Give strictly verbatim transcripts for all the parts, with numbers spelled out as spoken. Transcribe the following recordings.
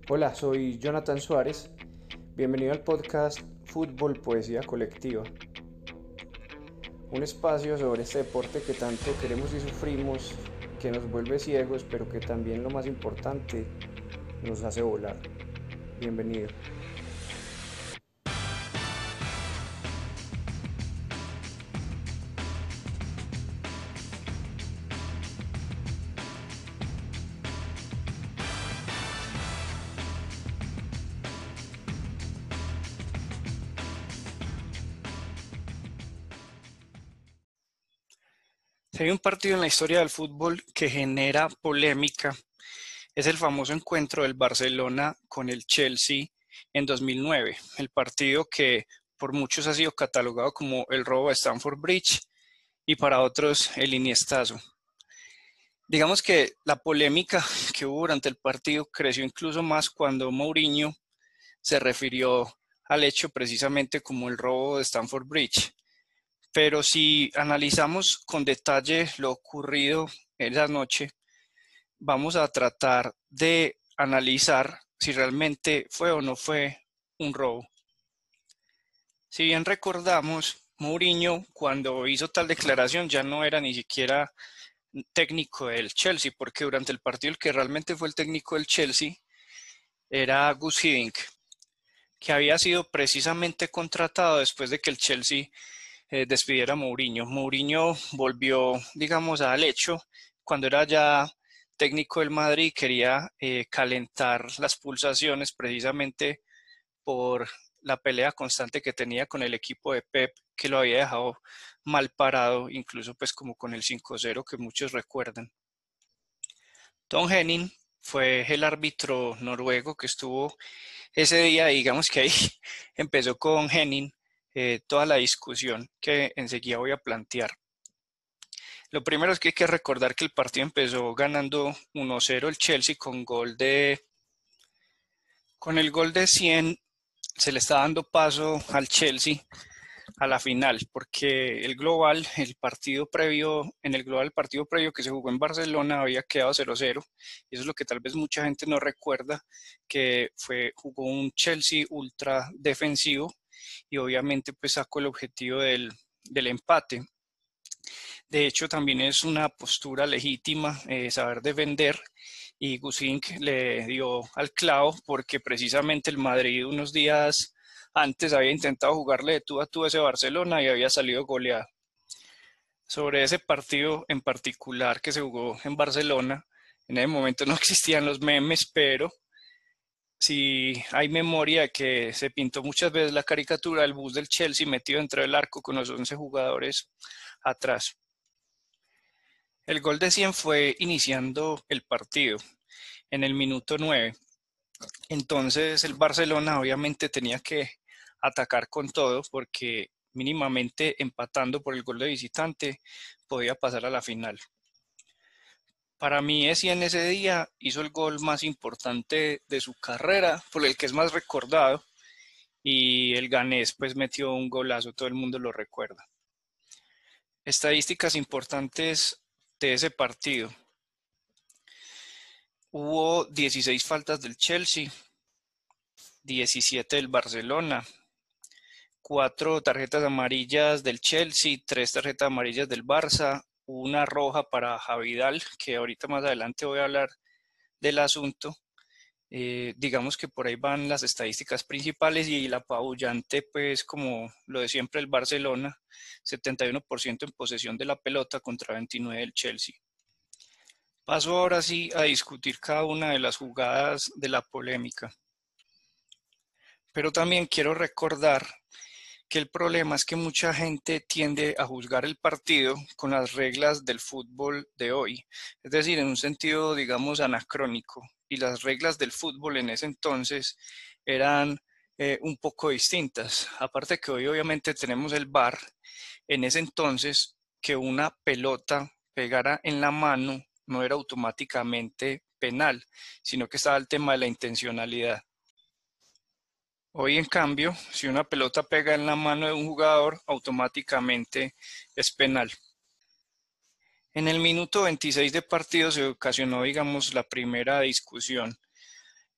Hola, soy Jonathan Suárez. Bienvenido al podcast Fútbol Poesía Colectiva, un espacio sobre este deporte que tanto queremos y sufrimos, que nos vuelve ciegos, pero que también lo más importante, nos hace volar. Bienvenido. Si hay un partido en la historia del fútbol que genera polémica, es el famoso encuentro del Barcelona con el Chelsea en dos mil nueve, el partido que por muchos ha sido catalogado como el robo de Stamford Bridge y para otros el Iniestazo. Digamos que la polémica que hubo durante el partido creció incluso más cuando Mourinho se refirió al hecho precisamente como el robo de Stamford Bridge. Pero si analizamos con detalle lo ocurrido esa noche, vamos a tratar de analizar si realmente fue o no fue un robo. Si bien recordamos, Mourinho cuando hizo tal declaración ya no era ni siquiera técnico del Chelsea, porque durante el partido el que realmente fue el técnico del Chelsea era Gus Hiddink, que había sido precisamente contratado después de que el Chelsea eh, despidiera a Mourinho. Mourinho volvió, digamos, al hecho cuando era ya técnico del Madrid, quería eh, calentar las pulsaciones precisamente por la pelea constante que tenía con el equipo de Pep, que lo había dejado mal parado, incluso pues como con el cinco cero que muchos recuerdan. Tom Henning fue el árbitro noruego que estuvo ese día, digamos que ahí empezó con Henning eh, toda la discusión que enseguida voy a plantear. Lo primero es que hay que recordar que el partido empezó ganando uno cero el Chelsea con gol de con el gol de cien se le está dando paso al Chelsea a la final, porque el global, el partido previo, en el global el partido previo que se jugó en Barcelona había quedado cero cero, y eso es lo que tal vez mucha gente no recuerda, que fue, jugó un Chelsea ultra defensivo y obviamente pues sacó el objetivo del, del empate. De hecho, también es una postura legítima eh, saber defender y Gusink le dio al clavo porque precisamente el Madrid unos días antes había intentado jugarle de tú a tú a ese Barcelona y había salido goleado. Sobre ese partido en particular que se jugó en Barcelona, en ese momento no existían los memes, pero sí hay memoria de que se pintó muchas veces la caricatura del bus del Chelsea metido dentro del arco con los once jugadores atrás. El gol de cien fue iniciando el partido en el minuto nueve. Entonces el Barcelona obviamente tenía que atacar con todo porque mínimamente empatando por el gol de visitante podía pasar a la final. Para mí Messi en ese día hizo el gol más importante de su carrera, por el que es más recordado, y el ganés pues metió un golazo, todo el mundo lo recuerda. Estadísticas importantes de ese partido. Hubo dieciséis faltas del Chelsea, diecisiete del Barcelona, cuatro tarjetas amarillas del Chelsea, tres tarjetas amarillas del Barça, una roja para Javidal, que ahorita más adelante voy a hablar del asunto. Eh, digamos que por ahí van las estadísticas principales y la apabullante, pues como lo de siempre el Barcelona, setenta y uno por ciento en posesión de la pelota contra veintinueve del Chelsea. Paso ahora sí a discutir cada una de las jugadas de la polémica. Pero también quiero recordar que el problema es que mucha gente tiende a juzgar el partido con las reglas del fútbol de hoy, es decir, en un sentido, digamos, anacrónico. Y las reglas del fútbol en ese entonces eran eh, un poco distintas. Aparte que hoy obviamente tenemos el V A R, en ese entonces que una pelota pegara en la mano no era automáticamente penal, sino que estaba el tema de la intencionalidad. Hoy, en cambio, si una pelota pega en la mano de un jugador, automáticamente es penal. En el minuto veintiséis de partido se ocasionó, digamos, la primera discusión.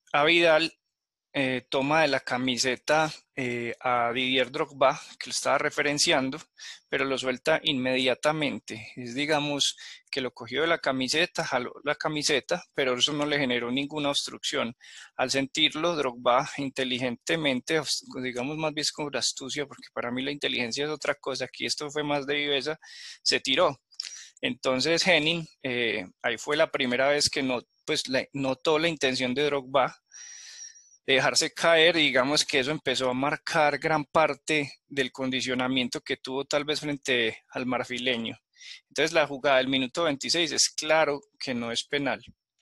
a Vidal eh, toma de la camiseta eh, a Didier Drogba, que lo estaba referenciando, pero lo suelta inmediatamente. Es, digamos, que lo cogió de la camiseta, jaló la camiseta, pero eso no le generó ninguna obstrucción. Al sentirlo, Drogba inteligentemente, digamos más bien con astucia, porque para mí la inteligencia es otra cosa, aquí esto fue más de viveza, se tiró. Entonces Henning, eh, ahí fue la primera vez que no, pues, le, notó la intención de Drogba de dejarse caer, y digamos que eso empezó a marcar gran parte del condicionamiento que tuvo tal vez frente al marfileño. Entonces la jugada del minuto veintiséis es claro que no es penal.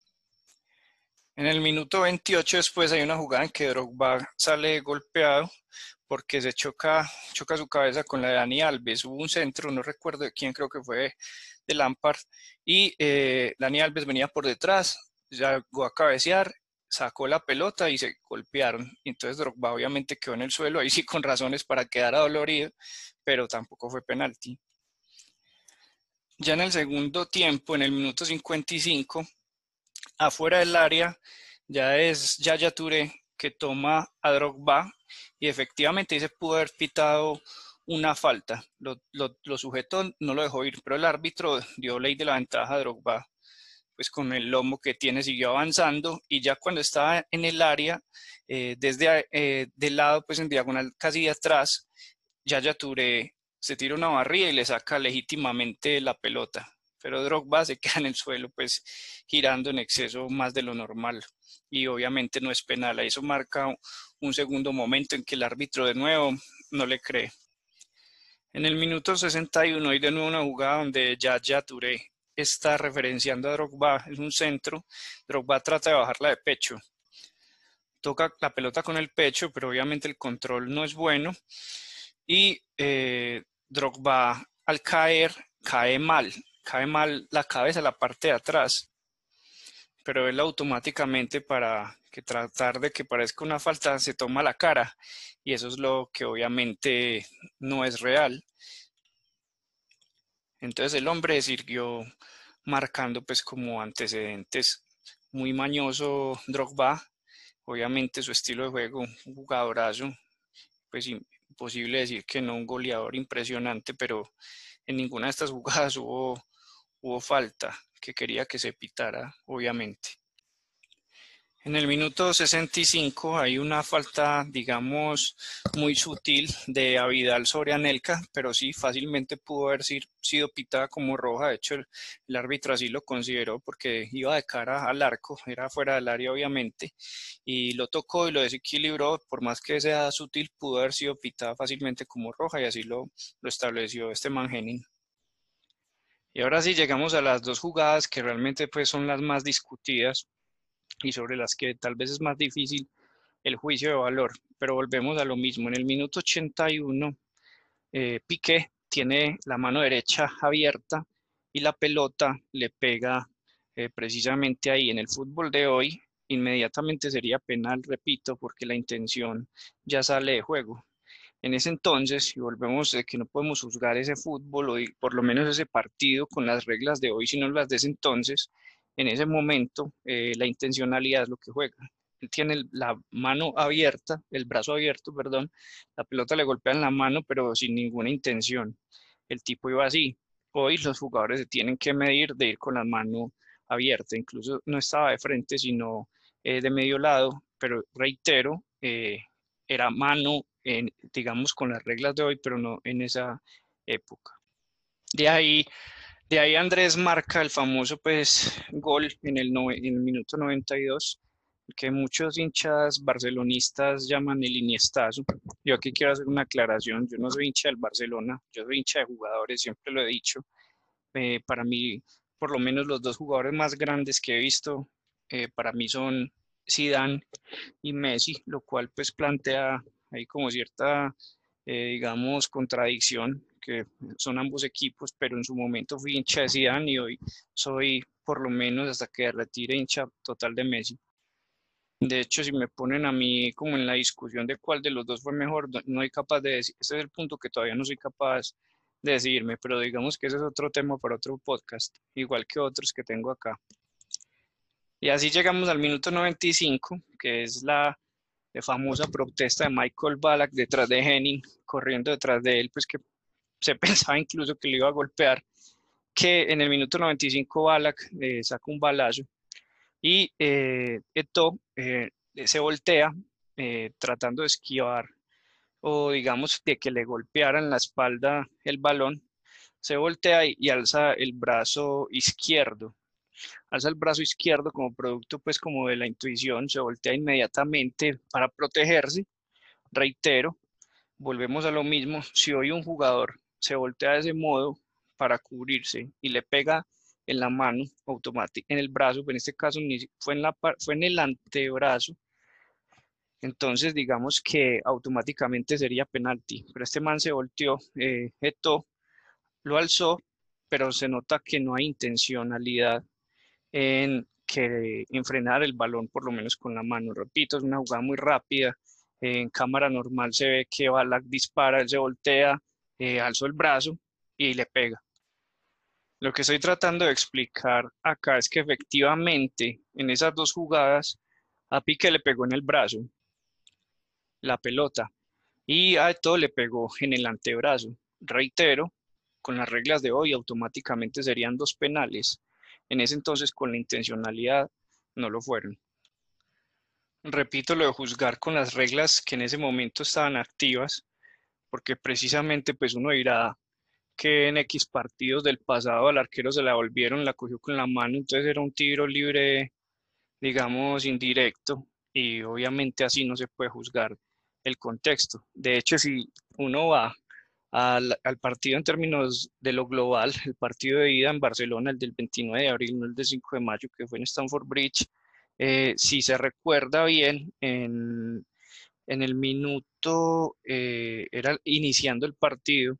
En el minuto veintiocho después hay una jugada en que Drogba sale golpeado porque se choca, choca su cabeza con la de Dani Alves. Hubo un centro, no recuerdo de quién, creo que fue de Lampard, y eh, Dani Alves venía por detrás, llegó a cabecear, sacó la pelota y se golpearon. Entonces Drogba obviamente quedó en el suelo, ahí sí con razones para quedar adolorido, pero tampoco fue penalti. Ya en el segundo tiempo, en el minuto cincuenta y cinco, afuera del área, ya es Yaya Touré que toma a Drogba y efectivamente ahí se pudo haber pitado una falta. Lo, lo, lo sujetó, no lo dejó ir, pero el árbitro dio ley de la ventaja a Drogba, pues con el lomo que tiene siguió avanzando, y ya cuando estaba en el área, eh, desde eh, del lado, pues en diagonal casi de atrás, Yaya Touré se tira una barrida y le saca legítimamente la pelota, pero Drogba se queda en el suelo, pues girando en exceso más de lo normal, y obviamente no es penal. Eso marca un segundo momento en que el árbitro de nuevo no le cree. En el minuto sesenta y uno hay de nuevo una jugada donde Yaya Touré está referenciando a Drogba, es un centro, Drogba trata de bajarla de pecho, toca la pelota con el pecho, pero obviamente el control no es bueno, y eh, Drogba al caer cae mal, cae mal la cabeza, la parte de atrás, pero él automáticamente, para que tratar de que parezca una falta, se toma la cara, y eso es lo que obviamente no es real. Entonces el hombre siguió marcando pues como antecedentes. Muy mañoso Drogba, obviamente su estilo de juego, un jugadorazo, pues imposible decir que no, un goleador impresionante, pero en ninguna de estas jugadas hubo, hubo falta que quería que se pitara, obviamente. En el minuto sesenta y cinco hay una falta, digamos, muy sutil de Vidal sobre Anelka, pero sí, fácilmente pudo haber sido pitada como roja. De hecho, el, el árbitro así lo consideró porque iba de cara al arco, era fuera del área obviamente, y lo tocó y lo desequilibró. Por más que sea sutil, pudo haber sido pitada fácilmente como roja, y así lo, lo estableció este man Henning. Y ahora sí llegamos a las dos jugadas que realmente pues son las más discutidas y sobre las que tal vez es más difícil el juicio de valor, pero volvemos a lo mismo. En el minuto ochenta y uno, eh, Piqué tiene la mano derecha abierta y la pelota le pega eh, precisamente ahí. En el fútbol de hoy, inmediatamente sería penal, repito, porque la intención ya sale de juego. En ese entonces, si volvemos de que no podemos juzgar ese fútbol, o por lo menos ese partido con las reglas de hoy, sino las de ese entonces, en ese momento eh, la intencionalidad es lo que juega. Él tiene la mano abierta, el brazo abierto, perdón, la pelota le golpea en la mano, pero sin ninguna intención. El tipo iba así. Hoy los jugadores se tienen que medir de ir con la mano abierta, incluso no estaba de frente, sino eh, de medio lado, pero reitero, eh, era mano, en, digamos, con las reglas de hoy, pero no en esa época. De ahí, de ahí Andrés marca el famoso pues, gol en el, no, en el minuto noventa y dos, que muchos hinchas barcelonistas llaman el Iniestazo. Yo aquí quiero hacer una aclaración, yo no soy hincha del Barcelona, yo soy hincha de jugadores, siempre lo he dicho. Eh, para mí, por lo menos los dos jugadores más grandes que he visto, eh, para mí son Zidane y Messi, lo cual pues plantea ahí como cierta, eh, digamos, contradicción, que son ambos equipos, pero en su momento fui hincha de Zidane y hoy soy, por lo menos hasta que retire, hincha total de Messi. De hecho, si me ponen a mí como en la discusión de cuál de los dos fue mejor, no, no soy capaz de decir, ese es el punto que todavía no soy capaz de decidirme, pero digamos que ese es otro tema para otro podcast, igual que otros que tengo acá. Y así llegamos al minuto noventa y cinco, que es la de famosa protesta de Michael Ballack detrás de Henning, corriendo detrás de él, pues que se pensaba incluso que le iba a golpear, que en el minuto noventa y cinco Ballack eh, saca un balazo y eh, Eto'o eh, se voltea eh, tratando de esquivar o digamos de que le golpeara en la espalda el balón, se voltea y, y alza el brazo izquierdo. Alza el brazo izquierdo como producto pues como de la intuición, se voltea inmediatamente para protegerse. Reitero, volvemos a lo mismo, si hoy un jugador se voltea de ese modo para cubrirse y le pega en la mano automática, en el brazo, en este caso ni fue en la fue en el antebrazo, entonces digamos que automáticamente sería penalti, pero este man se volteó, eh, Eto'o lo alzó, pero se nota que no hay intencionalidad en que en frenar el balón por lo menos con la mano. Repito, es una jugada muy rápida. En cámara normal se ve que Ballack dispara, él se voltea, eh, alzó el brazo y le pega. Lo que estoy tratando de explicar acá es que efectivamente en esas dos jugadas a Piqué le pegó en el brazo la pelota y a Eto'o le pegó en el antebrazo. Reitero, con las reglas de hoy automáticamente serían dos penales. En ese entonces con la intencionalidad no lo fueron. Repito lo de juzgar con las reglas que en ese momento estaban activas, porque precisamente pues uno dirá que en X partidos del pasado al arquero se la volvieron, la cogió con la mano, entonces era un tiro libre, digamos, indirecto, y obviamente así no se puede juzgar el contexto. De hecho, si uno va al, al partido en términos de lo global, el partido de ida en Barcelona, el del veintinueve de abril, no el del cinco de mayo, que fue en Stamford Bridge, eh, si se recuerda bien, en, en el minuto, eh, era iniciando el partido,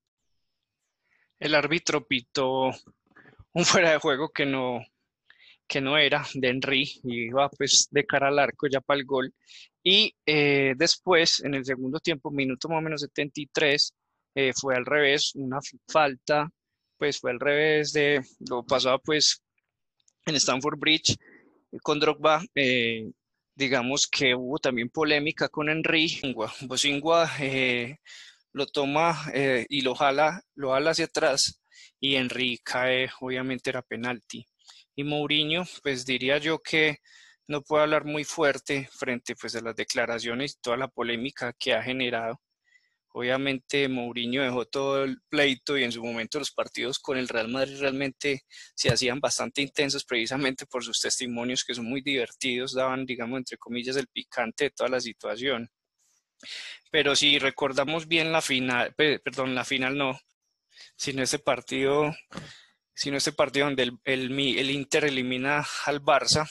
el árbitro pitó un fuera de juego que no, que no era de Henry, y iba pues de cara al arco ya para el gol. Y eh, después, en el segundo tiempo, minuto más o menos setenta y tres, eh, fue al revés, una falta, pues fue al revés de lo pasaba pues en Stamford Bridge con Drogba. Eh, digamos que hubo también polémica con Henry. Bosingua eh, lo toma eh, y lo jala, lo jala hacia atrás y Henry cae, obviamente era penalti. Y Mourinho, pues diría yo que no puedo hablar muy fuerte frente pues a las declaraciones y toda la polémica que ha generado. Obviamente Mourinho dejó todo el pleito y en su momento los partidos con el Real Madrid realmente se hacían bastante intensos precisamente por sus testimonios que son muy divertidos, daban digamos entre comillas el picante de toda la situación. Pero si recordamos bien la final, perdón, la final no, sino este partido, sino este partido donde el, el, el Inter elimina al Barça,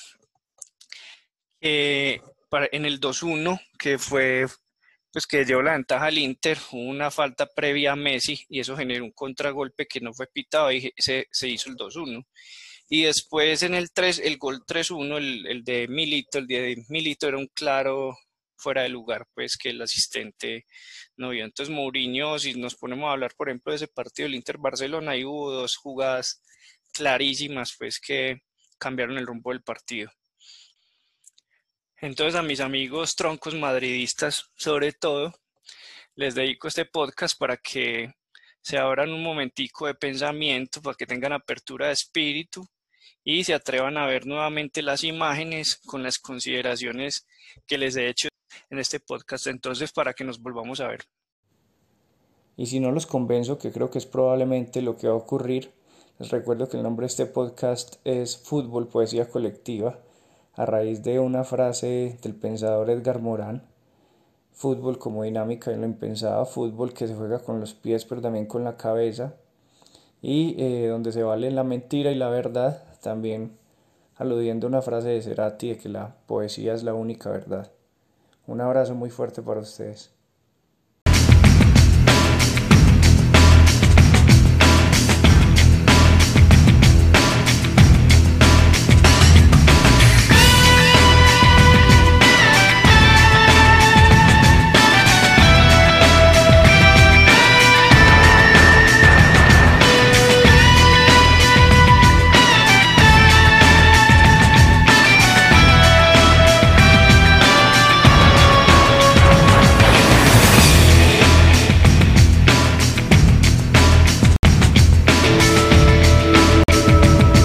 eh, para, en el dos uno, que fue, pues que llevó la ventaja al Inter, hubo una falta previa a Messi y eso generó un contragolpe que no fue pitado y se, se hizo el dos uno. Y después en el tres, el gol tres uno, el, el de Milito, el de Milito era un claro fuera de lugar, pues que el asistente no vio. Entonces Mourinho, si nos ponemos a hablar, por ejemplo, de ese partido del Inter-Barcelona, ahí hubo dos jugadas clarísimas, pues que cambiaron el rumbo del partido. Entonces a mis amigos troncos madridistas, sobre todo, les dedico este podcast para que se abran un momentico de pensamiento, para que tengan apertura de espíritu y se atrevan a ver nuevamente las imágenes con las consideraciones que les he hecho en este podcast, entonces para que nos volvamos a ver. Y si no los convenzo, que creo que es probablemente lo que va a ocurrir, les recuerdo que el nombre de este podcast es Fútbol, Poesía Colectiva, a raíz de una frase del pensador Edgar Morin: fútbol como dinámica en lo impensado, fútbol que se juega con los pies pero también con la cabeza, y eh, donde se vale la mentira y la verdad, también aludiendo a una frase de Cerati de que la poesía es la única verdad. Un abrazo muy fuerte para ustedes.